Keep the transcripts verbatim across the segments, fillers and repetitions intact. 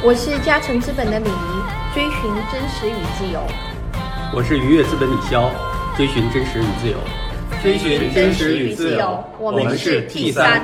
我是嘉诚资本的李怡，追寻真实与自由。 我是愉悦资本李潇，追寻真实与自由。 追寻真实与自由，我们是 T 三。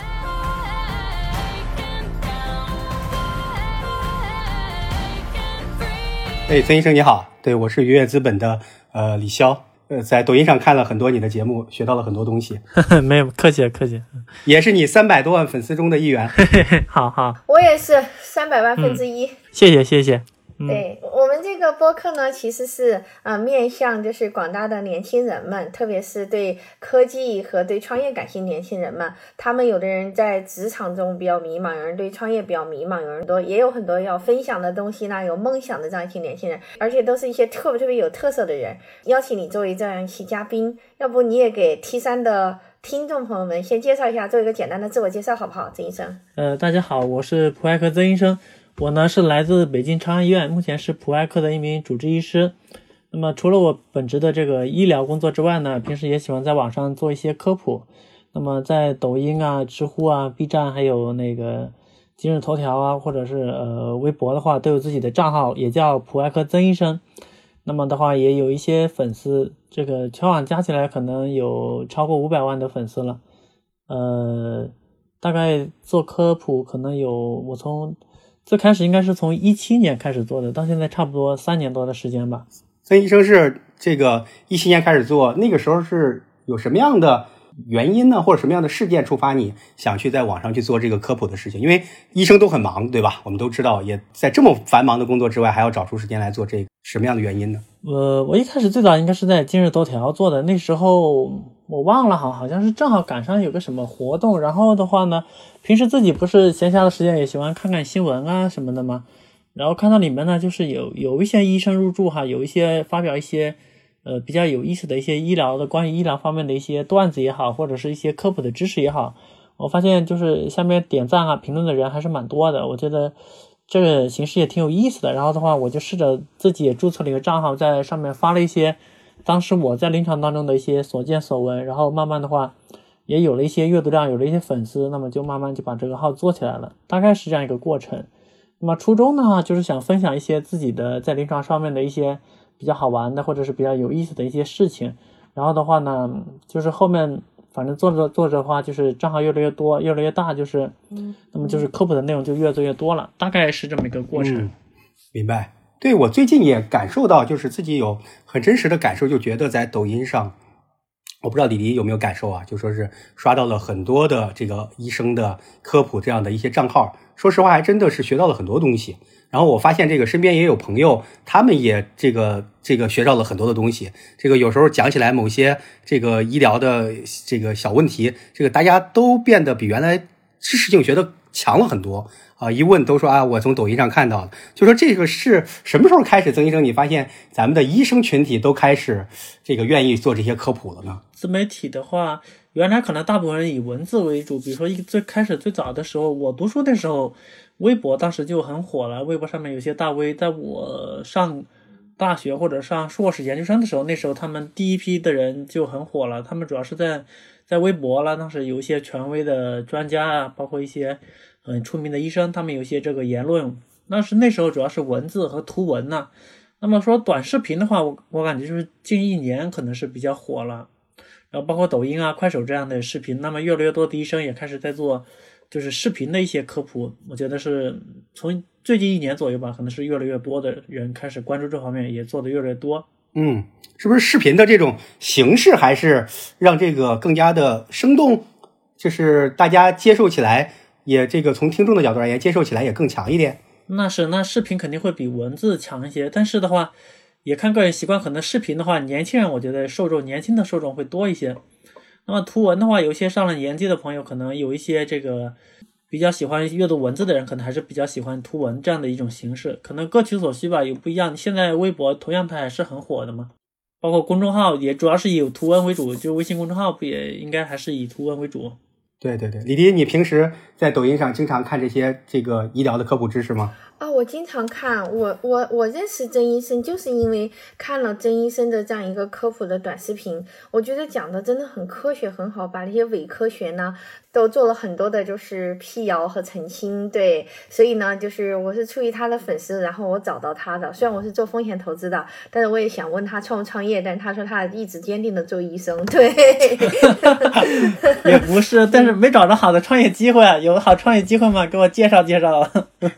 哎，曾医生你好，对，我是愉悦资本的呃李潇，呃，在抖音上看了很多你的节目，学到了很多东西。 没有，客气客气， 也是你三百多万粉丝中的一员。 好好， 我也是三百万分之一。 嗯、谢谢谢谢。嗯、 对，我们这个播客呢，其实是呃面向就是广大的年轻人们，特别是对科技和对创业感兴趣年轻人们。他们有的人在职场中比较迷茫，有人对创业比较迷茫，有人多也有很多要分享的东西呢，有梦想的这样一群年轻人，而且都是一些特别特别有特色的人。邀请你作为这样一期嘉宾，要不你也给 T 三的听众朋友们先介绍一下，做一个简单的自我介绍好不好，曾医生？ 呃，大家好，我是普外科曾医生。我呢是来自北京长安医院，目前是普外科的一名主治医师。那么除了我本职的这个医疗工作之外呢，平时也喜欢在网上做一些科普。那么在抖音啊、知乎啊、B 站还有那个今日头条啊，或者是呃微博的话，都有自己的账号，也叫普外科曾医生。那么的话也有一些粉丝，这个全网加起来可能有超过五百万的粉丝了。呃，大概做科普可能有我从最开始应该是从一七年开始做的，到现在差不多三年多的时间吧。 曾医生是这个一七年开始做，那个时候是有什么样的原因呢，或者什么样的事件触发你想去在网上去做这个科普的事情？因为医生都很忙，对吧？我们都知道，也在这么繁忙的工作之外，还要找出时间来做这个，什么样的原因呢？ 呃，我一开始最早应该是在今日头条做的，那时候我忘了，好好像是正好赶上有个什么活动，然后的话呢，平时自己不是闲暇的时间也喜欢看看新闻啊什么的嘛，然后看到里面呢，就是有有一些医生入驻哈，有一些发表一些呃比较有意思的一些医疗的关于医疗方面的一些段子也好，或者是一些科普的知识也好，我发现就是下面点赞啊评论的人还是蛮多的，我觉得这个形式也挺有意思的。然后的话我就试着自己也注册了一个账号，在上面发了一些当时我在临床当中的一些所见所闻，然后慢慢的话也有了一些阅读量，有了一些粉丝，那么就慢慢就把这个号做起来了，大概是这样一个过程。那么初衷呢，就是想分享一些自己的在临床上面的一些比较好玩的或者是比较有意思的一些事情，然后的话呢就是后面反正做着做着的话，就是账号越来越多越来越大，就是嗯，那么就是科普的内容就越做越多了，大概是这么一个过程。 嗯，明白。对，我最近也感受到，就是自己有很真实的感受，就觉得在抖音上，我不知道李黎有没有感受啊，就说是刷到了很多的这个医生的科普这样的一些账号，说实话还真的是学到了很多东西。然后我发现这个身边也有朋友，他们也这个这个学到了很多的东西。这个有时候讲起来某些这个医疗的这个小问题，这个大家都变得比原来知识性学的强了很多啊！一问都说啊，我从抖音上看到的。就说这个是什么时候开始，曾医生你发现咱们的医生群体都开始这个愿意做这些科普了呢？ 自媒体的话，原来可能大部分人以文字为主，比如说一最开始最早的时候，我读书的时候，微博当时就很火了，微博上面有些大 V， 在我上大学或者上硕士研究生的时候，那时候他们第一批的人就很火了，他们主要是在在微博啦，当时有一些权威的专家啊，包括一些很出名的医生，他们有一些这个言论，那是那时候主要是文字和图文呐、啊。那么说短视频的话，我我感觉就是近一年可能是比较火了，然后包括抖音啊、快手这样的视频，那么越来越多的医生也开始在做就是视频的一些科普，我觉得是从最近一年左右吧，可能是越来越多的人开始关注这方面，也做的越来越多。 嗯，是不是视频的这种形式还是让这个更加的生动，就是大家接受起来也这个从听众的角度而言接受起来也更强一点？ 那是，那视频肯定会比文字强一些，但是的话也看个人习惯，可能视频的话年轻人我觉得受众年轻的受众会多一些，那么图文的话有些上了年纪的朋友可能有一些这个比较喜欢阅读文字的人可能还是比较喜欢图文这样的一种形式，可能各取所需吧，有不一样。现在微博同样它还是很火的嘛，包括公众号也主要是以图文为主，就微信公众号不也应该还是以图文为主。 对对对，李迪，你平时在抖音上经常看这些这个医疗的科普知识吗？ 啊、哦，我经常看，我我我认识曾医生，就是因为看了曾医生的这样一个科普的短视频，我觉得讲的真的很科学，很好，把那些伪科学呢都做了很多的就是辟谣和澄清。对，所以呢，就是我是出于他的粉丝，然后我找到他的。虽然我是做风险投资的，但是我也想问他创不创业，但是他说他一直坚定的做医生。对， 也不是，但是没找着好的创业机会，有好创业机会吗？给我介绍介绍。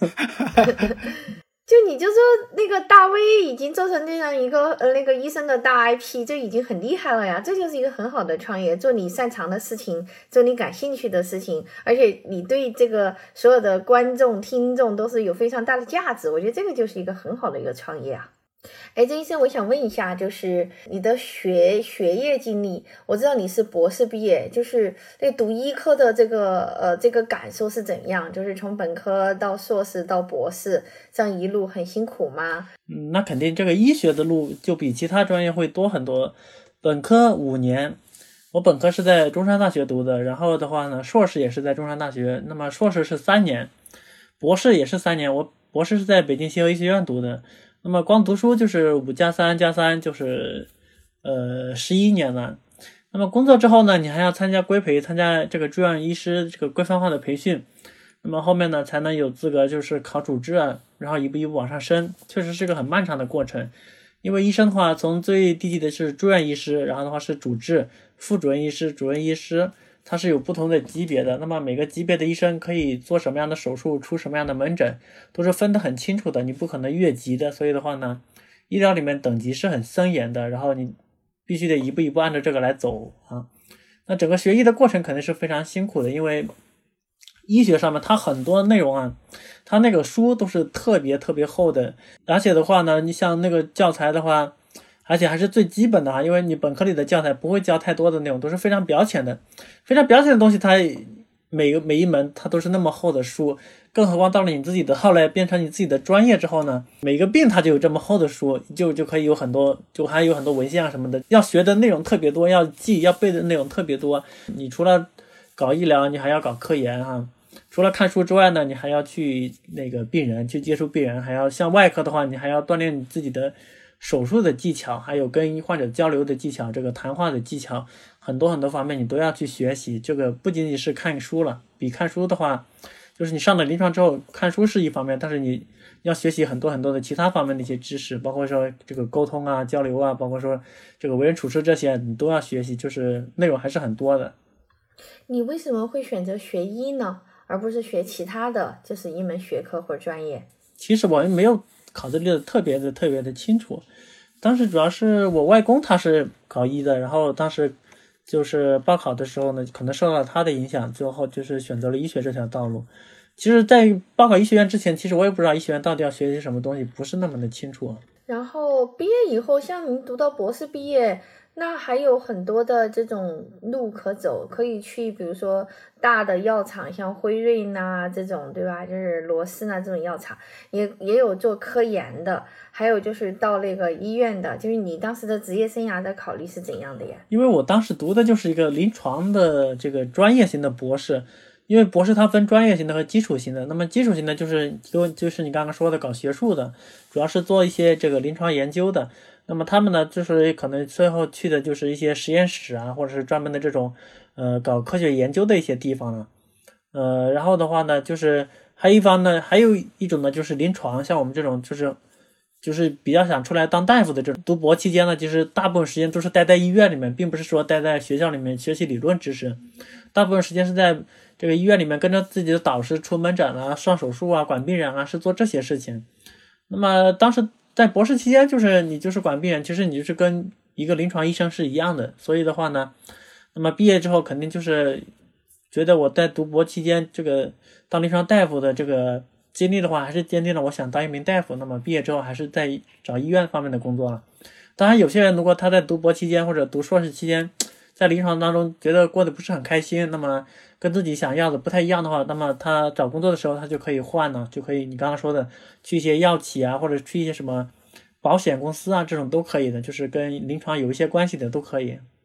就你就说那个大 V 已经做成这样一个呃那个医生的大 I P， 这已经很厉害了呀，这就是一个很好的创业，做你擅长的事情，做你感兴趣的事情，而且你对这个所有的观众听众都是有非常大的价值，我觉得这个就是一个很好的一个创业啊。哎，曾医生，我想问一下，就是你的学学业经历，我知道你是博士毕业，就是那读医科的这个呃这个感受是怎样？就是从本科到硕士到博士，这样一路很辛苦吗？ 嗯，那肯定这个医学的路就比其他专业会多很多。本科五年，我本科是在中山大学读的，然后的话呢，硕士也是在中山大学，那么硕士是三年，博士也是三年，我博士是在北京协和医学院读的。那么光读书就是五加三加三就是呃十一年了。那么工作之后呢，你还要参加规培，参加这个住院医师这个规范化的培训。那么后面呢，才能有资格就是考主治啊，然后一步一步往上升，确实是个很漫长的过程。因为医生的话，从最低级的是住院医师，然后的话是主治、副主任医师、主任医师，它是有不同的级别的。那么每个级别的医生可以做什么样的手术，出什么样的门诊，都是分得很清楚的，你不可能越级的。所以的话呢，医疗里面等级是很森严的，然后你必须得一步一步按照这个来走啊。那整个学医的过程肯定是非常辛苦的，因为医学上面它很多内容啊，它那个书都是特别特别厚的，而且的话呢，你像那个教材的话，而且还是最基本的啊，因为你本科里的教材不会教太多的内容，都是非常表浅的，非常表浅的东西，它每个每一门它都是那么厚的书，更何况到了你自己的后来变成你自己的专业之后呢，每个病它就有这么厚的书，就就可以有很多，就还有很多文献啊什么的，要学的内容特别多，要记要背的内容特别多。你除了搞医疗，你还要搞科研啊。除了看书之外呢，你还要去那个病人去接触病人，还要像外科的话，你还要锻炼你自己的手术的技巧，还有跟患者交流的技巧，这个谈话的技巧，很多很多方面你都要去学习。这个不仅仅是看书了，比看书的话，就是你上了临床之后，看书是一方面，但是你要学习很多很多的其他方面的一些知识，包括说这个沟通啊、交流啊，包括说这个为人处事这些，你都要学习，就是内容还是很多的。 你为什么会选择学医呢？而不是学其他的，就是一门学科或者专业？ 其实我没有考虑的特别的特别的清楚，当时主要是我外公他是考医的，然后当时就是报考的时候呢，可能受到他的影响，最后就是选择了医学这条道路。其实在报考医学院之前，其实我也不知道医学院到底要学些什么东西，不是那么的清楚。 然后毕业以后，像您读到博士毕业，那还有很多的这种路可走，可以去比如说大的药厂，像辉瑞呐这种，对吧？就是罗氏呐这种药厂，也也有做科研的，还有就是到那个医院的。就是你当时的职业生涯的考虑是怎样的呀？ 因为我当时读的就是一个临床的这个专业型的博士，因为博士它分专业型的和基础型的，那么基础型的就是就就是你刚刚说的搞学术的，主要是做一些这个临床研究的。那么他们呢，就是可能最后去的就是一些实验室啊，或者是专门的这种呃搞科学研究的一些地方了。呃，然后的话呢，就是还有一方呢，还有一种呢就是临床，像我们这种就是就是比较想出来当大夫的这种，读博期间呢，其实大部分时间都是待在医院里面，并不是说待在学校里面学习理论知识，大部分时间是在这个医院里面跟着自己的导师出门诊啊、上手术啊、管病人啊，是做这些事情。那么当时在博士期间，就是你就是管病人，其实你就是跟一个临床医生是一样的。所以的话呢，那么毕业之后肯定就是觉得我在读博期间这个当临床大夫的这个经历的话，还是坚定了我想当一名大夫。那么毕业之后还是在找医院方面的工作了。当然有些人如果他在读博期间或者读硕士期间在临床当中觉得过得不是很开心，那么跟自己想要的不太一样的话，那么他找工作的时候他就可以换呢，就可以你刚刚说的去一些药企啊，或者去一些什么保险公司啊，这种都可以的，就是跟临床有一些关系的都可以。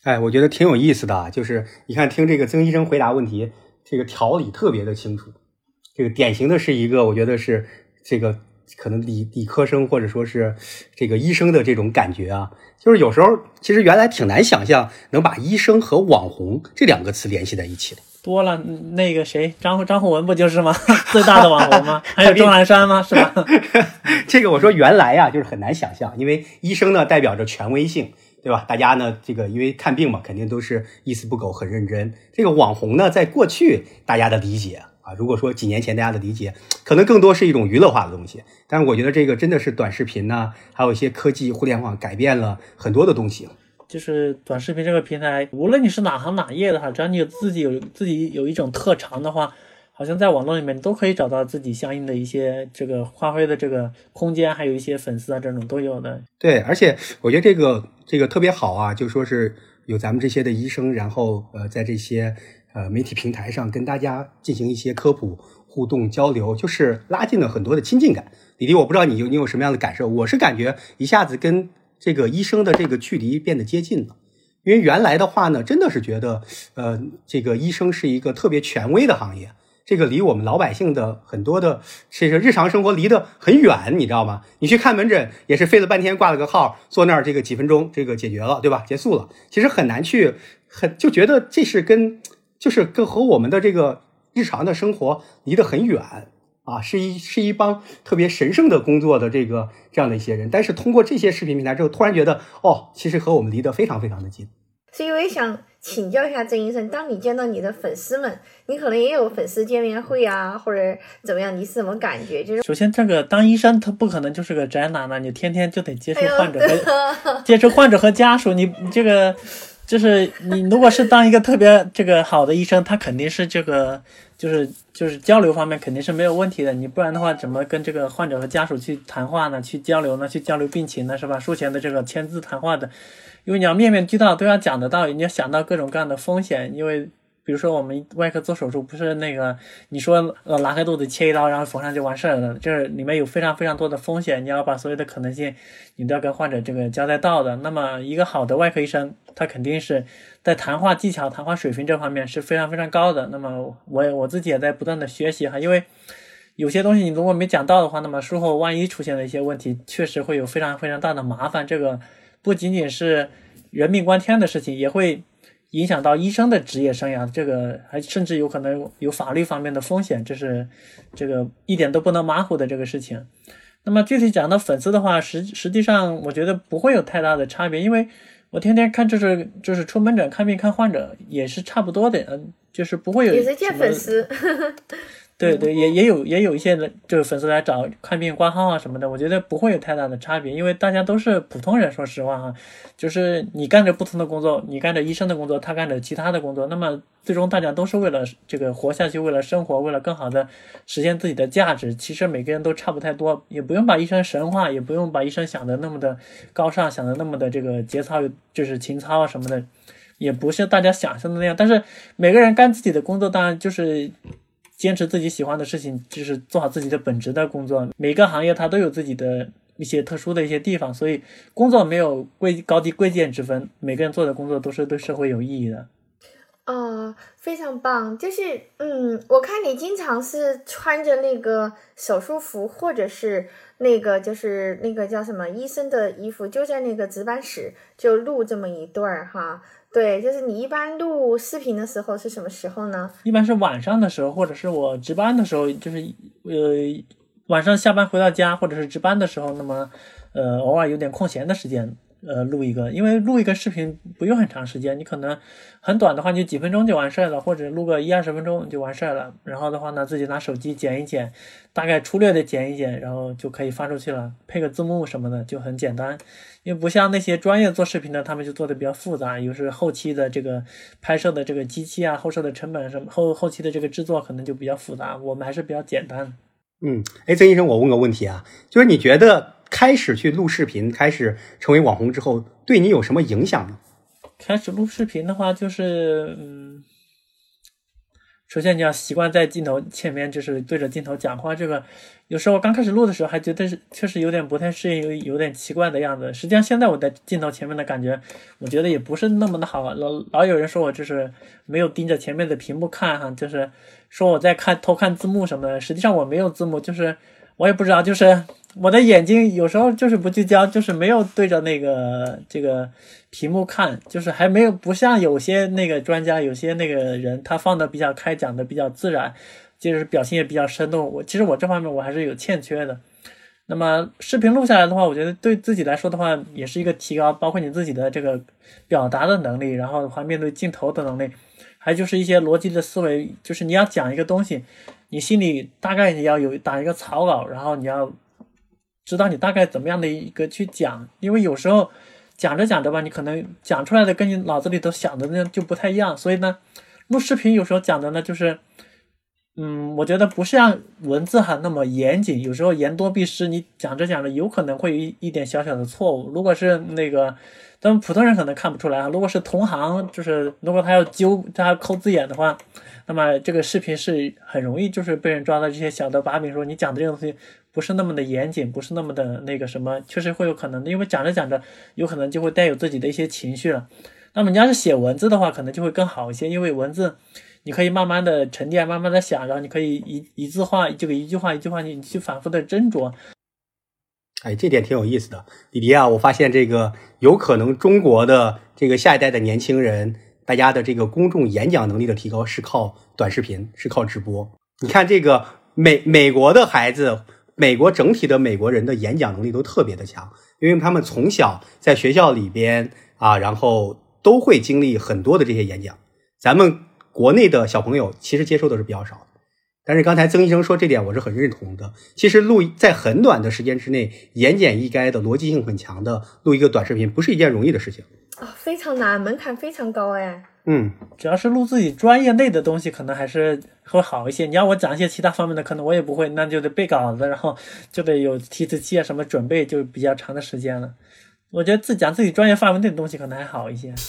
哎，我觉得挺有意思的，就是你看听这个曾医生回答问题，这个条理特别的清楚，这个典型的是一个我觉得是这个可能理理科生或者说是这个医生的这种感觉啊，就是有时候其实原来挺难想象能把医生和网红这两个词联系在一起的。 多了，那个谁，张张宏文不就是吗？最大的网红吗？还有钟南山吗？是吧？ 这个我说原来啊，就是很难想象，因为医生呢代表着权威性，对吧？大家呢这个因为看病嘛，肯定都是一丝不苟，很认真。这个网红呢，在过去大家的理解啊，如果说几年前大家的理解，可能更多是一种娱乐化的东西。但是我觉得这个真的是短视频呢，还有一些科技、互联网改变了很多的东西。 就是短视频这个平台，无论你是哪行哪业的话，只要你有自己有自己有一种特长的话，好像在网络里面都可以找到自己相应的一些这个发挥的这个空间，还有一些粉丝啊，这种都有的。 对，而且我觉得这个这个特别好啊，就说是有咱们这些的医生，然后呃在这些呃媒体平台上跟大家进行一些科普互动交流，就是拉近了很多的亲近感。李迪，我不知道你有你有什么样的感受？我是感觉一下子跟这个医生的这个距离变得接近了。因为原来的话呢，真的是觉得呃这个医生是一个特别权威的行业，这个离我们老百姓的很多的这个日常生活离得很远，你知道吗？你去看门诊也是费了半天挂了个号，坐那儿这个几分钟这个解决了，对吧？结束了。其实很难去很就觉得这是跟就是跟和我们的这个日常的生活离得很远啊，是一是一帮特别神圣的工作的这个这样的一些人。但是通过这些视频平台之后，突然觉得哦，其实和我们离得非常非常的近。 所以我也想请教一下曾医生，当你见到你的粉丝们，你可能也有粉丝见面会啊，或者怎么样，你是什么感觉？就是首先，这个当医生他不可能就是个宅男呢，你天天就得接触患者和、哎、接触患者和家属，你这个就是你如果是当一个特别这个好的医生，他肯定是这个就是就是交流方面肯定是没有问题的，你不然的话怎么跟这个患者和家属去谈话呢？去交流呢？去交流病情呢？是吧？术前的这个签字谈话的。因为你要面面俱到，都要讲得到，你要想到各种各样的风险。因为比如说我们外科做手术，不是那个你说呃拉开肚子切一刀然后缝上就完事儿了，这里面有非常非常多的风险，你要把所有的可能性你都要跟患者这个交代到的。那么一个好的外科医生，他肯定是在谈话技巧、谈话水平这方面是非常非常高的。那么我我自己也在不断的学习哈，因为有些东西你如果没讲到的话，那么术后万一出现了一些问题，确实会有非常非常大的麻烦。这个不仅仅是人命关天的事情，也会影响到医生的职业生涯，这个还甚至有可能有法律方面的风险，这是这个一点都不能马虎的这个事情。那么具体讲到粉丝的话，实实际上我觉得不会有太大的差别，因为我天天看就是就是出门诊看病看患者也是差不多的，嗯，就是不会有也是见粉丝。 对对，也也有也有一些就是粉丝来找看病挂号啊什么的，我觉得不会有太大的差别，因为大家都是普通人，说实话哈，就是你干着不同的工作，你干着医生的工作，他干着其他的工作，那么最终大家都是为了这个活下去，为了生活，为了更好的实现自己的价值，其实每个人都差不太多，也不用把医生神化，也不用把医生想的那么的高尚，想的那么的这个节操就是情操啊什么的，也不是大家想象的那样，但是每个人干自己的工作，当然就是坚持自己喜欢的事情，就是做好自己的本职的工作。每个行业它都有自己的一些特殊的一些地方，所以工作没有贵高低贵贱之分，每个人做的工作都是对社会有意义的。 哦，非常棒！就是嗯，我看你经常是穿着那个手术服，或者是那个就是那个叫什么医生的衣服，就在那个值班室就录这么一段哈。对，就是你一般录视频的时候是什么时候呢？ 一般是晚上的时候，或者是我值班的时候，就是呃晚上下班回到家，或者是值班的时候，那么呃偶尔有点空闲的时间，呃录一个，因为录一个视频不用很长时间，你可能很短的话就几分钟就完事儿了，或者录个一二十分钟就完事儿了。然后的话呢，自己拿手机剪一剪，大概粗略的剪一剪，然后就可以发出去了，配个字幕什么的就很简单。因为不像那些专业做视频的，他们就做的比较复杂，有时后期的这个拍摄的这个机器啊，后摄的成本什么，后后期的这个制作可能就比较复杂，我们还是比较简单。 嗯，哎，曾医生，我问个问题啊，就是你觉得开始去录视频，开始成为网红之后，对你有什么影响呢？ 开始录视频的话，就是嗯， 首先你要习惯在镜头前面，就是对着镜头讲话，这个有时候我刚开始录的时候还觉得是确实有点不太适应，有有点奇怪的样子。实际上现在我在镜头前面的感觉，我觉得也不是那么的好。老老有人说我就是没有盯着前面的屏幕看哈，就是说我在看偷看字幕什么的。实际上我没有字幕，就是我也不知道，就是我的眼睛有时候就是不聚焦，就是没有对着那个这个屏幕看，就是还没有不像有些那个专家，有些那个人他放的比较开，讲的比较自然，就是表情也比较生动。我其实我这方面我还是有欠缺的。那么视频录下来的话，我觉得对自己来说的话也是一个提高，包括你自己的这个表达的能力，然后的话面对镜头的能力，还就是一些逻辑的思维，就是你要讲一个东西，你心里大概你要有打一个草稿，然后你要知道你大概怎么样的一个去讲，因为有时候讲着讲着吧，你可能讲出来的跟你脑子里头想的那就不太一样，所以呢，录视频有时候讲的呢，就是，嗯，我觉得不像文字哈那么严谨，有时候言多必失，你讲着讲着有可能会有一一点小小的错误。如果是那个，咱们普通人可能看不出来啊，如果是同行，就是如果他要揪他要抠字眼的话，那么这个视频是很容易就是被人抓到这些小的把柄，说你讲的这个东西不是那么的严谨，不是那么的那个什么，确实会有可能的，因为讲着讲着有可能就会带有自己的一些情绪了。那么你要是写文字的话，可能就会更好一些，因为文字你可以慢慢的沉淀，慢慢的想，然后你可以一一字话这个一句话一句话你去反复的斟酌。 哎，这点挺有意思的，李迪啊，我发现这个有可能中国的这个下一代的年轻人，大家的这个公众演讲能力的提高是靠短视频，是靠直播。你看这个美美国的孩子，美国整体的美国人的演讲能力都特别的强，因为他们从小在学校里边啊，然后都会经历很多的这些演讲。咱们国内的小朋友其实接受的是比较少的。但是刚才曾医生说这点我是很认同的，其实录在很短的时间之内，言简意赅的逻辑性很强的录一个短视频不是一件容易的事情啊、哦，非常难，门槛非常高哎。 嗯， 只要是录自己专业类的东西可能还是会好一些，你要我讲一些其他方面的可能我也不会，那就得背稿子，然后就得有提词器啊什么准备，就比较长的时间了。我觉得自己讲自己专业范围内的东西可能还好一些。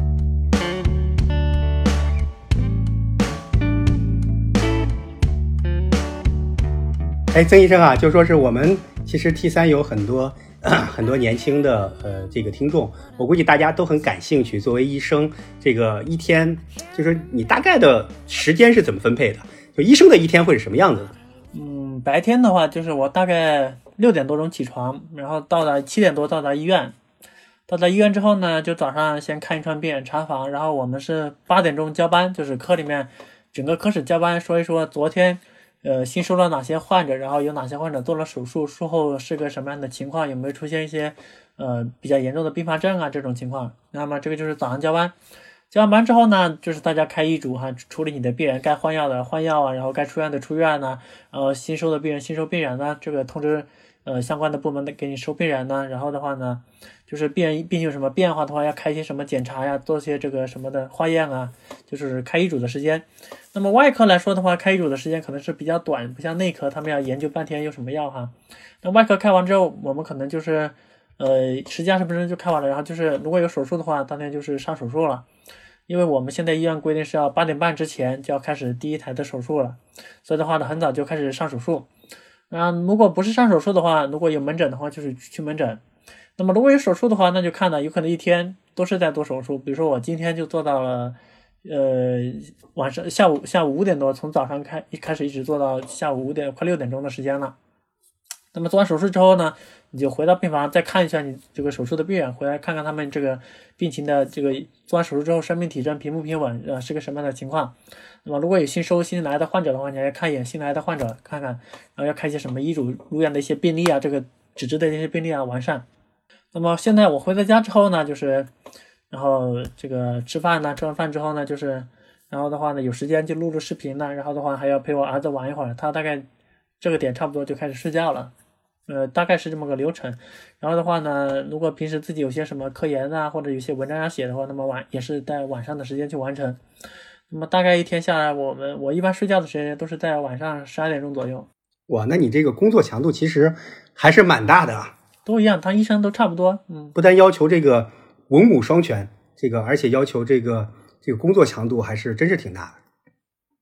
哎，曾医生啊，就说是我们其实 T 三有很多很多年轻的呃这个听众，我估计大家都很感兴趣。作为医生，这个一天就是你大概的时间是怎么分配的？就医生的一天会是什么样子的？ 嗯，白天的话就是我大概六点多钟起床，然后到达七点多到达医院。到达医院之后呢，就早上先看一串病查房，然后我们是八点钟交班，就是科里面整个科室交班，说一说昨天呃新收了哪些患者，然后有哪些患者做了手术，术后是个什么样的情况，有没有出现一些呃比较严重的并发症啊这种情况。那么这个就是早上交班。交完班之后呢，就是大家开医嘱哈，处理你的病人，该换药的换药啊，然后该出院的出院呢，然后新收的病人新收病人呢，这个通知呃相关的部门的给你收病人呢，然后的话呢，就是病人病情有什么变化的话，要开一些什么检查呀，做些这个什么的化验啊，就是开医嘱的时间。那么外科来说的话，开医嘱的时间可能是比较短，不像内科他们要研究半天有什么药哈。那外科开完之后，我们可能就是呃十几二十分钟就开完了，然后就是如果有手术的话，当天就是上手术了。因为我们现在医院规定是要八点半之前就要开始第一台的手术了，所以的话呢，很早就开始上手术。那如果不是上手术的话，如果有门诊的话，就是去门诊。那么如果有手术的话，那就看了，有可能一天都是在做手术。比如说我今天就做到了，呃，晚上下午下午五点多，从早上开一开始一直做到下午五点快六点钟的时间了。那么做完手术之后呢，你就回到病房再看一下你这个手术的病人，回来看看他们这个病情的这个做完手术之后生命体征平不平稳，呃是个什么样的情况。那么如果有新收新来的患者的话，你还要看一眼新来的患者，看看然后要开一些什么医嘱入院的一些病历啊，这个纸质的这些病历啊完善。那么现在我回到家之后呢，就是然后这个吃饭呢，吃完饭之后呢，就是然后的话呢有时间就录录视频呢，然后的话还要陪我儿子玩一会儿，他大概这个点差不多就开始睡觉了。呃，大概是这么个流程。然后的话呢，如果平时自己有些什么科研啊，或者有些文章要写的话，那么晚也是在晚上的时间去完成。那么大概一天下来，我们我一般睡觉的时间都是在晚上十二点钟左右。 哇，那你这个工作强度其实还是蛮大的啊。 都一样，当医生都差不多。嗯， 不但要求这个文武双全，这个而且要求这个这个工作强度还是真是挺大的。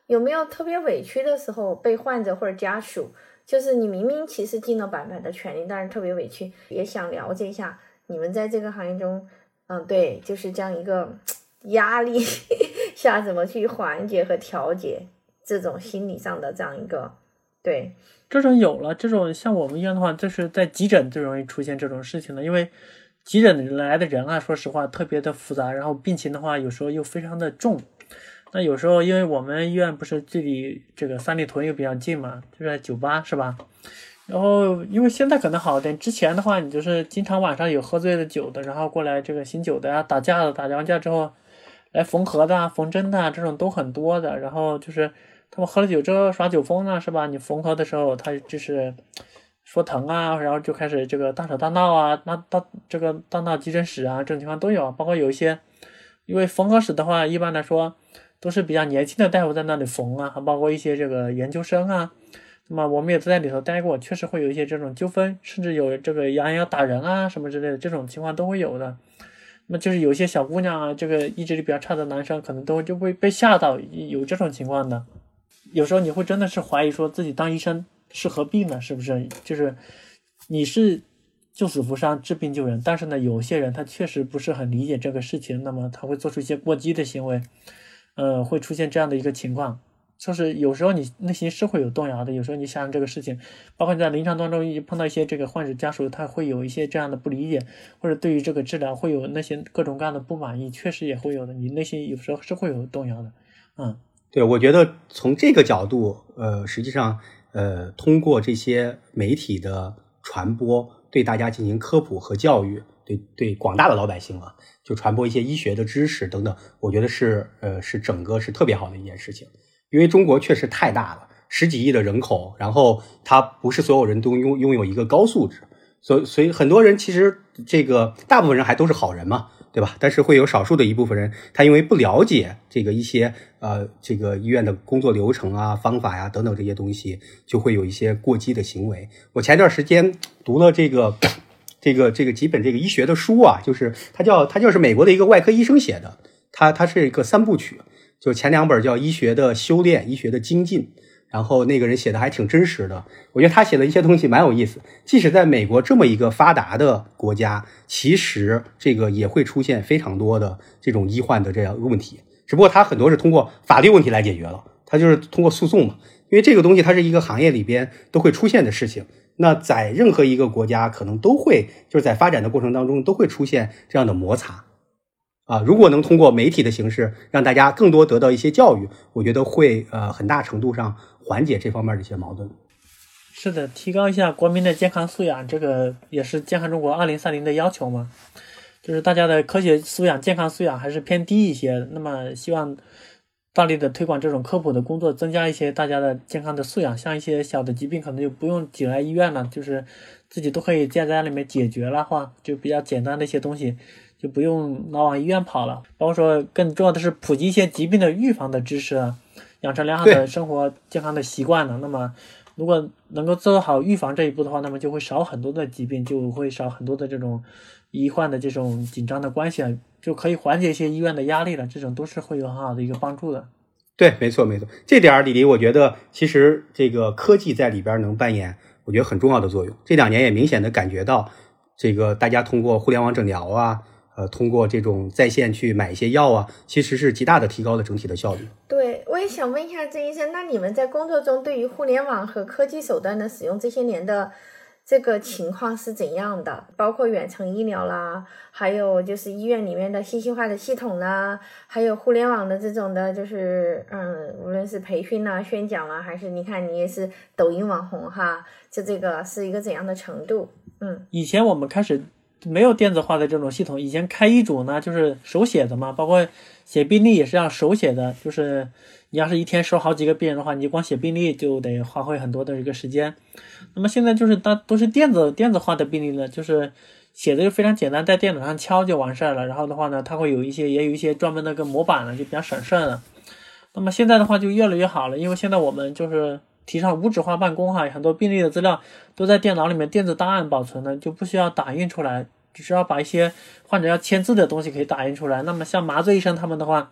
有没有特别委屈的时候，被患者或者家属，就是你明明其实尽了百分的全力，但是特别委屈，也想了解一下你们在这个行业中，嗯，对，就是这样一个压力下怎么去缓解和调节这种心理上的这样一个，对， 这种有了，这种像我们医院的话，就是在急诊最容易出现这种事情了，因为急诊来的人啊，说实话特别的复杂，然后病情的话有时候又非常的重。那有时候因为我们医院不是距离这个三里屯又比较近嘛，就在酒吧是吧？然后因为现在可能好一点，之前的话你就是经常晚上有喝醉的酒的，然后过来这个醒酒的啊，打架的，打完架之后来缝合的啊、缝针的啊，这种都很多的。然后就是他们喝了酒之后耍酒疯呢，是吧？你缝合的时候他就是说疼啊，然后就开始这个大吵大闹啊，那到这个大闹急诊室啊，这种情况都有。包括有一些，因为缝合室的话，一般来说都是比较年轻的大夫在那里缝啊，还包括一些这个研究生啊。那么我们也在里头待过，确实会有一些这种纠纷，甚至有这个扬言要打人啊什么之类的，这种情况都会有的。那么就是有些小姑娘啊，这个意志力比较差的男生，可能都就会被吓到，有这种情况的。有时候你会真的是怀疑说自己当医生是何必呢？是不是？就是你是救死扶伤、治病救人，但是呢，有些人他确实不是很理解这个事情，那么他会做出一些过激的行为，呃，会出现这样的一个情况。就是有时候你内心是会有动摇的，有时候你想这个事情，包括你在临床当中碰到一些这个患者家属，他会有一些这样的不理解，或者对于这个治疗会有那些各种各样的不满意，确实也会有的，你内心有时候是会有动摇的。嗯， 对，我觉得从这个角度，呃，实际上，呃，通过这些媒体的传播，对大家进行科普和教育，对对广大的老百姓啊，就传播一些医学的知识等等，我觉得是呃是整个是特别好的一件事情。因为中国确实太大了，十几亿的人口，然后它不是所有人都拥拥有一个高素质，所以所以很多人其实这个大部分人还都是好人嘛，对吧？但是会有少数的一部分人，他因为不了解这个一些呃这个医院的工作流程啊、方法呀、等等这些东西，就会有一些过激的行为。我前段时间读了这个这个这个几本这个医学的书啊，就是它叫它就是美国的一个外科医生写的，它它是一个三部曲。就前两本叫医学的修炼、医学的精进，然后那个人写的还挺真实的，我觉得他写的一些东西蛮有意思。即使在美国这么一个发达的国家，其实这个也会出现非常多的这种医患的这样问题，只不过他很多是通过法律问题来解决了，他就是通过诉讼嘛，因为这个东西它是一个行业里边都会出现的事情。那在任何一个国家可能都会就是在发展的过程当中都会出现这样的摩擦。啊，如果能通过媒体的形式让大家更多得到一些教育，我觉得会呃很大程度上缓解这方面的一些矛盾。 是的，提高一下国民的健康素养，这个也是健康中国二零三零的要求嘛。就是大家的科学素养、健康素养还是偏低一些，那么希望大力的推广这种科普的工作，增加一些大家的健康的素养，像一些小的疾病可能就不用挤来医院了，就是自己都可以在家里面解决了话，就比较简单的一些东西。就不用老往医院跑了，包括说更重要的是普及一些疾病的预防的知识啊，养成良好的生活健康的习惯了。那么如果能够做好预防这一步的话，那么就会少很多的疾病，就会少很多的这种医患的这种紧张的关系啊，就可以缓解一些医院的压力了，这种都是会有很好的一个帮助的。 对，没错没错，这点李黎我觉得其实这个科技在里边能扮演我觉得很重要的作用。这两年也明显的感觉到这个大家通过互联网诊疗啊，呃，通过这种在线去买一些药啊，其实是极大的提高了整体的效率。 对，我也想问一下郑医生，那你们在工作中对于互联网和科技手段的使用这些年的这个情况是怎样的？包括远程医疗啦，还有就是医院里面的信息化的系统啦，还有互联网的这种的，就是嗯，无论是培训啦、宣讲啦，还是你看你也是抖音网红哈，就这个是一个怎样的程度？嗯， 以前我们开始没有电子化的这种系统，以前开医嘱呢就是手写的嘛，包括写病历也是要手写的，就是你要是一天收好几个病人的话，你光写病历就得花费很多的一个时间。那么现在就是大都是电子电子化的病历呢，就是写的就非常简单，在电脑上敲就完事儿了。然后的话呢，它会有一些也有一些专门的个模板了，就比较省事儿了。那么现在的话就越来越好了，因为现在我们就是提倡无纸化办公哈，很多病例的资料都在电脑里面电子档案保存的，就不需要打印出来，只需要把一些患者要签字的东西可以打印出来。那么像麻醉医生他们的话，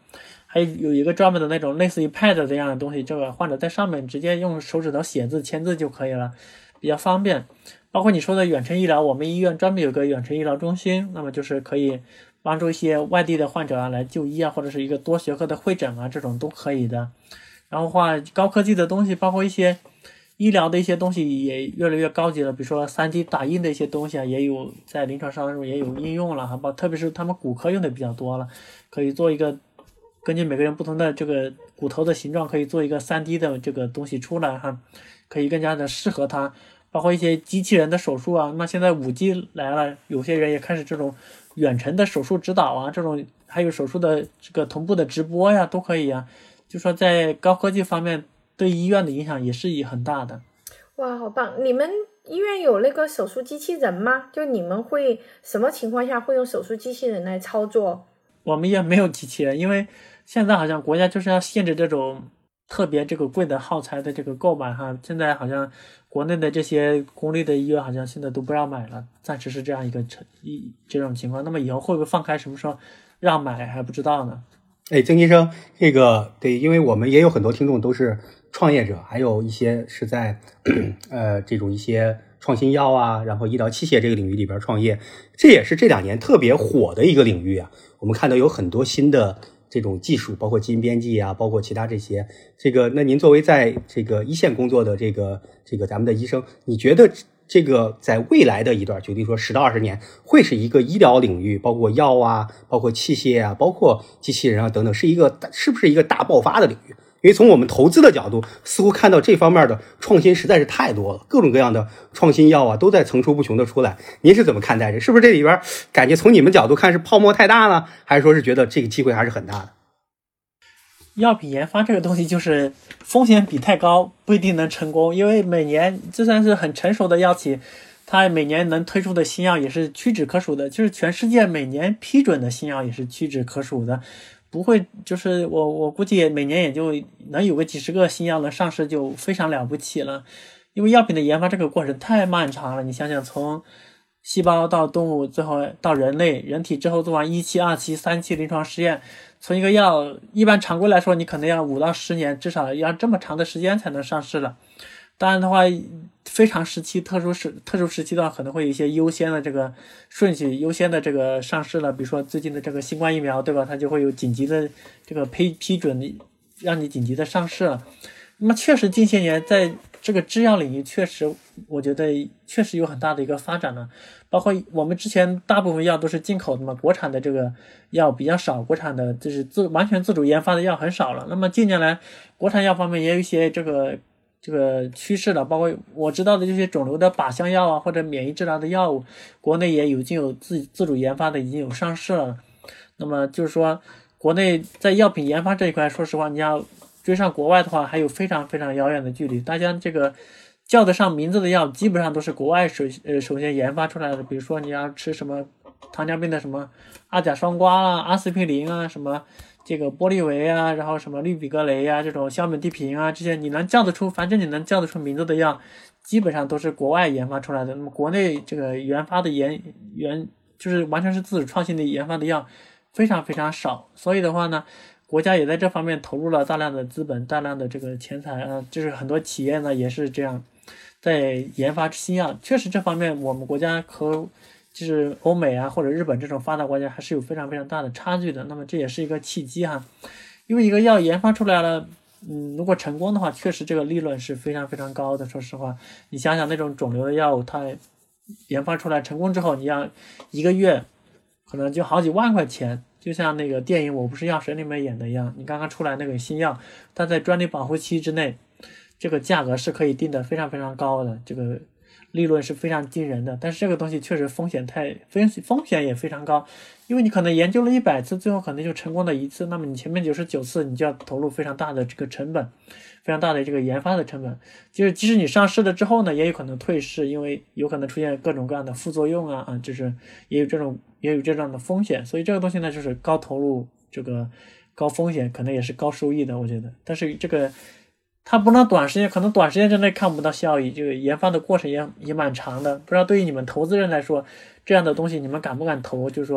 还有一个专门的那种类似于 pad 这样的东西，这个患者在上面直接用手指头写字签字就可以了，比较方便。包括你说的远程医疗，我们医院专门有个远程医疗中心，那么就是可以帮助一些外地的患者啊来就医啊，或者是一个多学科的会诊啊，这种都可以的。然后话高科技的东西，包括一些医疗的一些东西也越来越高级了，比如说 三 D 打印的一些东西啊，也有在临床上也有应用了哈，包特别是他们骨科用的比较多了，可以做一个根据每个人不同的这个骨头的形状，可以做一个 三 D 的这个东西出来哈，可以更加的适合他。包括一些机器人的手术啊，那么现在 五 G 来了，有些人也开始这种远程的手术指导啊，这种还有手术的这个同步的直播呀，都可以啊。就说在高科技方面对医院的影响也是很大的。 哇，好棒！你们医院有那个手术机器人吗？就你们会什么情况下会用手术机器人来操作？ 我们也没有机器人，因为现在好像国家就是要限制这种特别这个贵的耗材的这个购买哈。现在好像国内的这些公立的医院好像现在都不让买了，暂时是这样一个一这种情况。那么以后会不会放开，什么时候让买还不知道呢？ 哎，曾医生，这个对，因为我们也有很多听众都是创业者，还有一些是在呃这种一些创新药啊，然后医疗器械这个领域里边创业，这也是这两年特别火的一个领域啊。我们看到有很多新的这种技术，包括基因编辑啊，包括其他这些。这个，那您作为在这个一线工作的这个这个咱们的医生，你觉得这个在未来的一段，举例说十到二十年，会是一个医疗领域，包括药啊，包括器械啊，包括机器人啊等等，是一个是不是一个大爆发的领域？因为从我们投资的角度，似乎看到这方面的创新实在是太多了，各种各样的创新药啊都在层出不穷的出来。您是怎么看待这？是不是这里边感觉从你们角度看是泡沫太大呢，还是说是觉得这个机会还是很大的？ 药品研发这个东西就是风险比太高，不一定能成功，因为每年就算是很成熟的药企，它每年能推出的新药也是屈指可数的，就是全世界每年批准的新药也是屈指可数的，不会就是我我估计每年也就能有个几十个新药能上市就非常了不起了。因为药品的研发这个过程太漫长了，你想想从细胞到动物，最后到人类，人体之后做完一期、二期、三期临床实验，从一个药一般常规来说你可能要五到十年，至少要这么长的时间才能上市了。当然的话，非常时期、特殊时、特殊时期的话，可能会有一些优先的这个顺序、优先的这个上市了。比如说最近的这个新冠疫苗，对吧？它就会有紧急的这个批批准，让你紧急的上市了。那么确实近些年在这个制药领域，确实我觉得确实有很大的一个发展了。包括我们之前大部分药都是进口的嘛，国产的这个药比较少，国产的就是自完全自主研发的药很少了。那么近年来国产药方面也有一些这个这个趋势了，包括我知道的这些肿瘤的靶向药啊，或者免疫治疗的药物，国内也有已经有自自主研发的，已经有上市了。那么就是说国内在药品研发这一块，说实话你要追上国外的话还有非常非常遥远的距离。大家这个叫得上名字的药基本上都是国外首呃首先研发出来的，比如说你要吃什么糖尿病的什么阿甲双胍啊、阿司匹林啊、什么这个玻利维啊，然后什么氯吡格雷啊，这种硝苯地平啊，这些你能叫得出，反正你能叫得出名字的药基本上都是国外研发出来的。那么国内这个研发的研研就是完全是自主创新的研发的药非常非常少，所以的话呢国家也在这方面投入了大量的资本、大量的这个钱财啊，就是很多企业呢也是这样在研发新药。确实这方面我们国家和就是欧美啊或者日本这种发达国家还是有非常非常大的差距的。那么这也是一个契机哈，因为一个药研发出来了，嗯，如果成功的话，确实这个利润是非常非常高的。说实话，你想想那种肿瘤的药物，它研发出来成功之后，你要一个月可能就好几万块钱。就像那个电影《我不是药神》里面演的一样，你刚刚出来那个新药，它在专利保护期之内，这个价格是可以定的非常非常高的，这个利润是非常惊人的。但是这个东西确实风险太风风险也非常高，因为你可能研究了一百次，最后可能就成功了一次，那么你前面九十九次你就要投入非常大的这个成本，非常大的这个研发的成本。就是即使你上市了之后呢，也有可能退市，因为有可能出现各种各样的副作用啊啊，就是也有这种也有这样的风险。所以这个东西呢，就是高投入这个高风险，可能也是高收益的，我觉得。但是这个它不能短时间，可能短时间之内看不到效益，这个研发的过程也也蛮长的。不知道对于你们投资人来说，这样的东西你们敢不敢投？就是说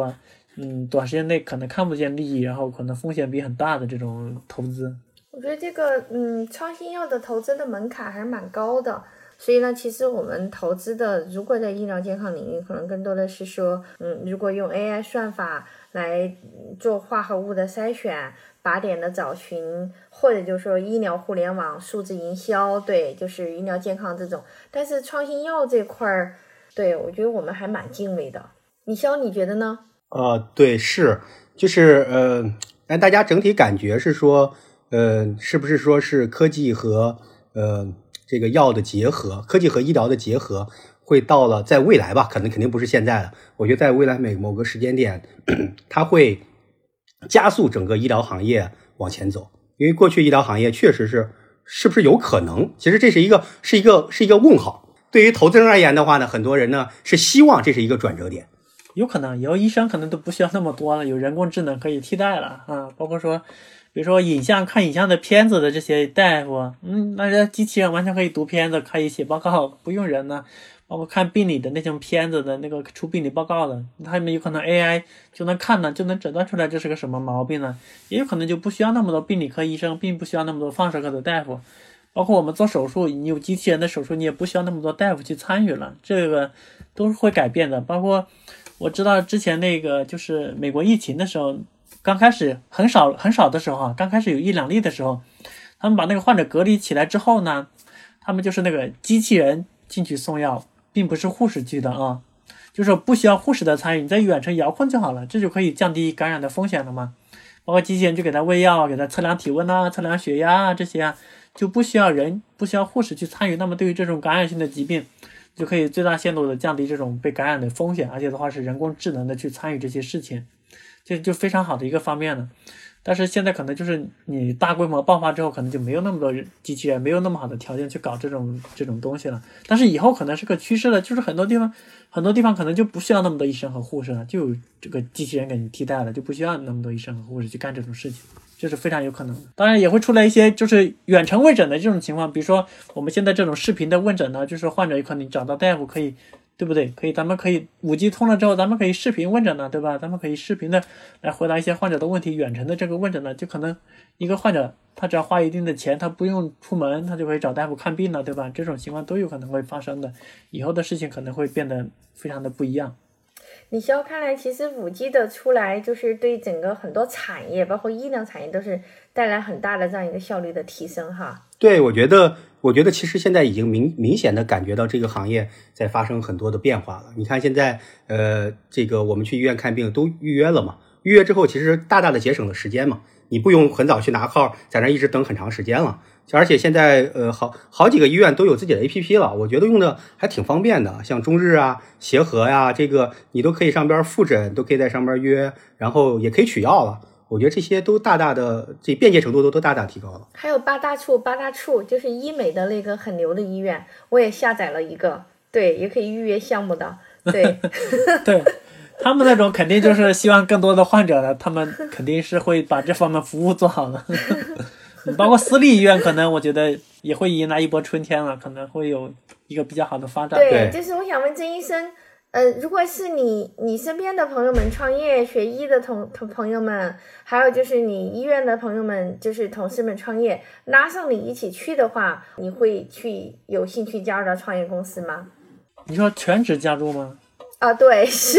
嗯，短时间内可能看不见利益，然后可能风险比很大的这种投资。 我觉得这个嗯，创新药的投资的门槛还是蛮高的。所以呢，其实我们投资的，如果在医疗健康领域，可能更多的是说，嗯，如果用 A I 算法来做化合物的筛选、靶点的找寻，或者就是说医疗互联网、数字营销，对，就是医疗健康这种。但是创新药这块儿，对，我觉得我们还蛮敬畏的。李潇，你觉得呢？ 呃，对，是，就是呃，但大家整体感觉是说，呃，是不是说是科技和呃。这个药的结合，科技和医疗的结合，会到了在未来吧，可能肯定不是现在了。我觉得在未来每某个时间点，它会加速整个医疗行业往前走。因为过去医疗行业确实是，是不是有可能？其实这是一个是一个是一个问号。对于投资人而言的话呢，很多人呢是希望这是一个转折点。 有可能以后医生可能都不需要那么多了，有人工智能可以替代了啊，包括说。比如说影像看影像的片子的这些大夫，嗯，那这机器人完全可以读片子，可以写报告，不用人呢。包括看病理的那种片子的那个出病理报告的，他们有可能 A I 就能看呢，就能诊断出来这是个什么毛病呢。也有可能就不需要那么多病理科医生，并不需要那么多放射科的大夫。包括我们做手术，你有机器人的手术，你也不需要那么多大夫去参与了，这个都是会改变的。包括我知道之前那个就是美国疫情的时候。刚开始很少很少的时候啊，刚开始有一两例的时候，他们把那个患者隔离起来之后呢，他们就是那个机器人进去送药，并不是护士去的啊，就是不需要护士的参与，你在远程遥控就好了，这就可以降低感染的风险了嘛。包括机器人就给他喂药，给他测量体温啊，测量血压啊这些啊，就不需要人不需要护士去参与。那么对于这种感染性的疾病，就可以最大限度的降低这种被感染的风险，而且的话是人工智能的去参与这些事情。这就非常好的一个方面了。但是现在可能就是你大规模爆发之后，可能就没有那么多机器人，没有那么好的条件去搞这种这种东西了。但是以后可能是个趋势了，就是很多地方很多地方可能就不需要那么多医生和护士了，就有这个机器人给你替代了，就不需要那么多医生和护士去干这种事情，这是非常有可能的。当然也会出来一些就是远程问诊的这种情况，比如说我们现在这种视频的问诊呢，就是患者有可能找到大夫可以。对不对？可以，咱们可以 五 G 通了之后，咱们可以视频问诊呢，对吧？咱们可以视频的来回答一些患者的问题。远程的这个问诊呢，就可能一个患者他只要花一定的钱，他不用出门，他就可以找大夫看病了，对吧？这种情况都有可能会发生的。以后的事情可能会变得非常的不一样。 李潇，看来其实 五 G 的出来，就是对整个很多产业，包括医疗产业，都是带来很大的这样一个效率的提升哈。 对，我觉得，我觉得其实现在已经明明显的感觉到这个行业在发生很多的变化了。你看现在，呃，这个我们去医院看病都预约了嘛，预约之后其实大大的节省了时间嘛，你不用很早去拿号，在那一直等很长时间了。而且现在呃好好几个医院都有自己的 A P P 了，我觉得用的还挺方便的，像中日啊、协和呀，这个你都可以上边复诊，都可以在上边约，然后也可以取药了。我觉得这些都大大的这便捷程度都都大大提高了。 还有八大处，八大处就是医美的那个很牛的医院，我也下载了一个，对，也可以预约项目的，对， 对。他们那种肯定就是希望更多的患者呢，他们肯定是会把这方面服务做好的。包括私立医院，可能我觉得也会迎来一波春天了，可能会有一个比较好的发展。 对，就是我想问曾医生，呃，如果是你你身边的朋友们创业学医的同同朋友们，还有就是你医院的朋友们，就是同事们创业，拉上你一起去的话，你会去有兴趣加入到创业公司吗？ 你说全职加入吗？ 啊，对，是。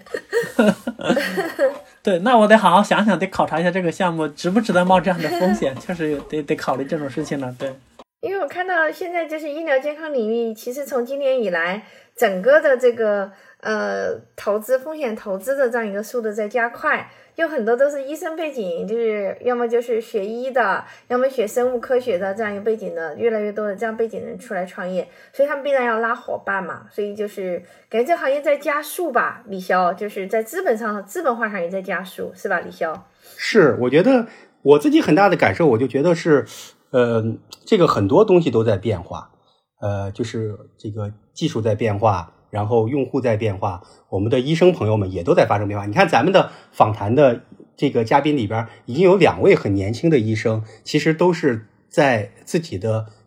对，那我得好好想想，得考察一下这个项目值不值得冒这样的风险，确实得得考虑这种事情了。对， 因为我看到现在就是医疗健康领域，其实从今年以来，整个的这个呃投资风险投资的这样一个速度在加快，有很多都是医生背景，就是要么就是学医的，要么学生物科学的这样一个背景的，越来越多的这样背景的人出来创业，所以他们必然要拉伙伴嘛，所以就是感觉这个行业在加速吧，李潇，就是在资本上资本化上也在加速，是吧，李潇？ 是，我觉得我自己很大的感受，我就觉得是，呃，这个很多东西都在变化，呃，就是这个技术在变化。然后用户在变化，我们的医生朋友们也都在发生变化。你看咱们的访谈的这个嘉宾里边，已经有两位很年轻的医生，其实都是在自己的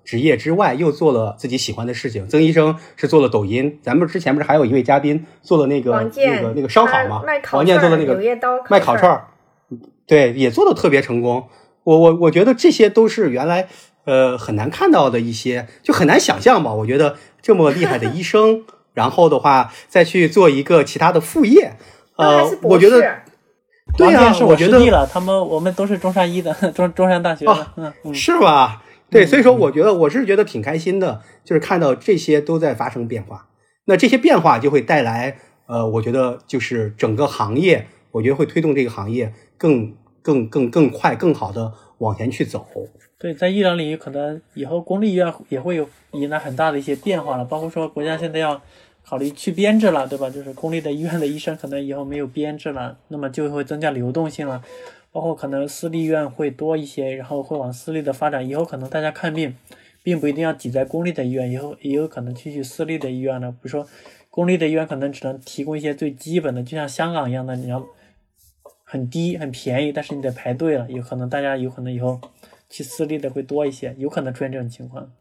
职业之外又做了自己喜欢的事情。曾医生是做了抖音，咱们之前不是还有一位嘉宾做了那个那个那个烧烤嘛，王健做的那个卖烤串，对，也做的特别成功。我我我觉得这些都是原来呃很难看到的一些，就很难想象吧。我觉得这么厉害的医生，然后的话再去做一个其他的副业，呃，我觉得。对啊，是我师弟了，他们我们都是中山医的，中中山大学的，哦嗯嗯，是吧？对，所以说我觉得我是觉得挺开心的，就是看到这些都在发生变化。那这些变化就会带来，呃，我觉得就是整个行业，我觉得会推动这个行业更更更更快、更好的往前去走。 对，在医疗领域，可能以后公立医院也会有引来很大的一些变化了，包括说国家现在要考虑去编制了，对吧？就是公立的医院的医生可能以后没有编制了，那么就会增加流动性了。包括可能私立医院会多一些，然后会往私立的发展。以后可能大家看病，并不一定要挤在公立的医院，以后也有可能去去私立的医院了。比如说，公立的医院可能只能提供一些最基本的，就像香港一样的，你要很低很便宜，但是你得排队了。有可能大家有可能以后去私立的会多一些，有可能出现这种情况。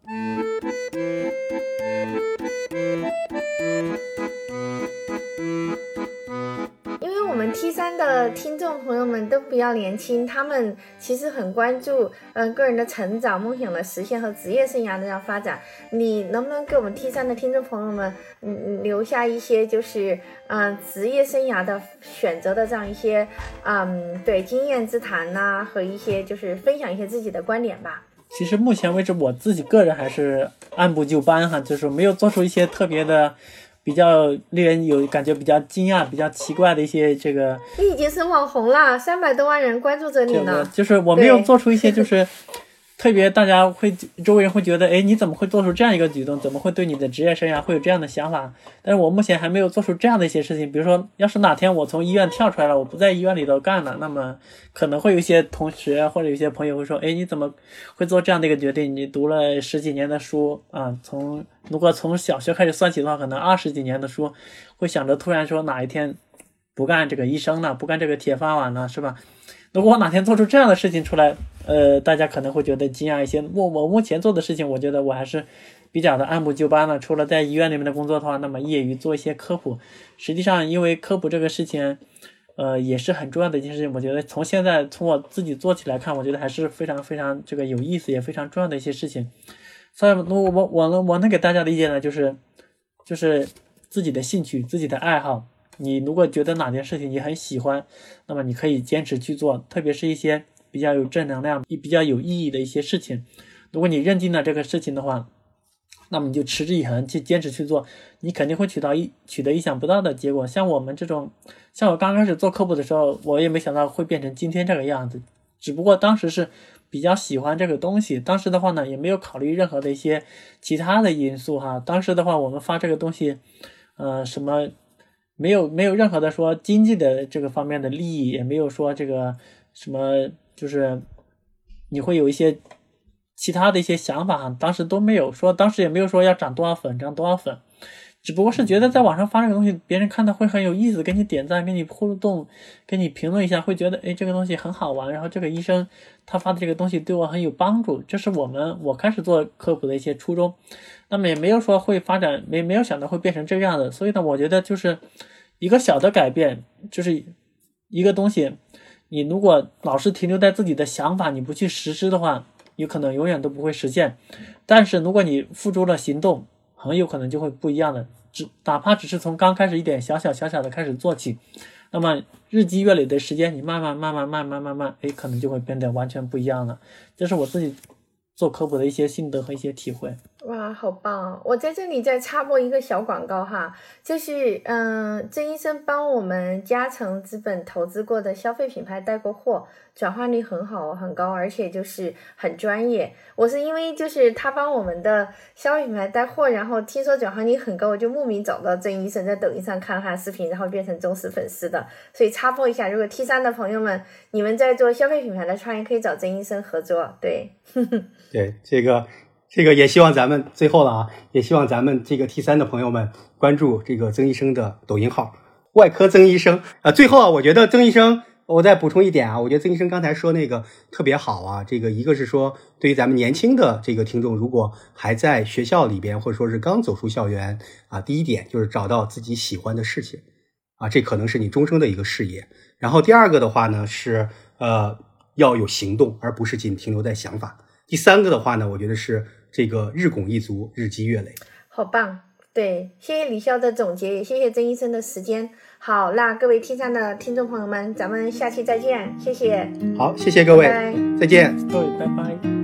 我们 T 三 的听众朋友们都比较年轻，他们其实很关注嗯、呃、个人的成长、梦想的实现和职业生涯的这样发展。你能不能给我们 T 三 的听众朋友们嗯留下一些就是嗯、呃、职业生涯的选择的这样一些嗯对经验之谈呐、啊，和一些就是分享一些自己的观点吧。 其实目前为止我自己个人还是按部就班哈，就是没有做出一些特别的比较令人有感觉比较惊讶比较奇怪的一些这个。 你已经是网红了，三百多万人关注着你呢。 就是我没有做出一些就是特别大家会周围人会觉得哎，你怎么会做出这样一个举动，怎么会对你的职业生涯会有这样的想法。但是我目前还没有做出这样的一些事情。比如说要是哪天我从医院跳出来了，我不在医院里头干了，那么可能会有一些同学或者有些朋友会说哎，你怎么会做这样的一个决定，你读了十几年的书啊，从如果从小学开始算起的话，可能二十几年的书，会想着突然说哪一天不干这个医生了，不干这个铁饭碗了，是吧？如果我哪天做出这样的事情出来，呃，大家可能会觉得惊讶一些。我我目前做的事情，我觉得我还是比较的按部就班了。除了在医院里面的工作的话，那么业余做一些科普。实际上，因为科普这个事情，呃，也是很重要的一件事情。我觉得从现在从我自己做起来看，我觉得还是非常非常这个有意思，也非常重要的一些事情。所以我我我能我能给大家的意见呢，就是就是自己的兴趣、自己的爱好。你如果觉得哪件事情你很喜欢，那么你可以坚持去做，特别是一些比较有正能量、比较有意义的一些事情。如果你认定了这个事情的话，那么你就持之以恒去坚持去做，你肯定会取到一取得意想不到的结果。像我们这种，像我刚开始做科普的时候，我也没想到会变成今天这个样子。只不过当时是比较喜欢这个东西，当时的话呢，也没有考虑任何的一些其他的因素哈。当时的话，我们发这个东西，呃，什么？没有没有任何的说经济的这个方面的利益，也没有说这个什么就是你会有一些其他的一些想法，当时都没有说，当时也没有说要涨多少粉涨多少粉，只不过是觉得在网上发这个东西别人看到会很有意思，给你点赞，给你互动，给你评论一下，会觉得诶这个东西很好玩，然后这个医生他发的这个东西对我很有帮助，这是我们我开始做科普的一些初衷。那么也没有说会发展，没没有想到会变成这个样子。所以呢，我觉得就是一个小的改变，就是一个东西你如果老是停留在自己的想法，你不去实施的话，有可能永远都不会实现。但是如果你付诸了行动，很有可能就会不一样的，只哪怕只是从刚开始一点小小小小的开始做起，那么日积月累的时间，你慢慢慢慢慢慢慢慢诶，可能就会变得完全不一样了。这是我自己做科普的一些心得和一些体会。 哇，好棒！我在这里再插播一个小广告哈，就是嗯，曾医生帮我们嘉诚资本投资过的消费品牌带过货，转化率很好很高，而且就是很专业。我是因为就是他帮我们的消费品牌带货，然后听说转化率很高，我就慕名找到曾医生，在抖音上看了他的视频，然后变成忠实粉丝的。所以插播一下，如果 T 三 的朋友们，你们在做消费品牌的创业，可以找曾医生合作。对， 对，这个。这个也希望咱们最后了啊，也希望咱们这个 T 三 的朋友们关注这个曾医生的抖音号外科曾医生啊。最后啊，我觉得曾医生我再补充一点啊，我觉得曾医生刚才说那个特别好啊。这个一个是说，对于咱们年轻的这个听众，如果还在学校里边，或者说是刚走出校园啊，第一点就是找到自己喜欢的事情啊，这可能是你终生的一个事业。然后第二个的话呢是呃要有行动，而不是仅停留在想法。第三个的话呢，我觉得是这个日拱一卒，日积月累。 好棒。对，谢谢李潇的总结，也谢谢曾医生的时间。好，那各位 T 三的听众朋友们，咱们下期再见，谢谢。 好，谢谢各位， 拜拜， 再见。 各位拜拜。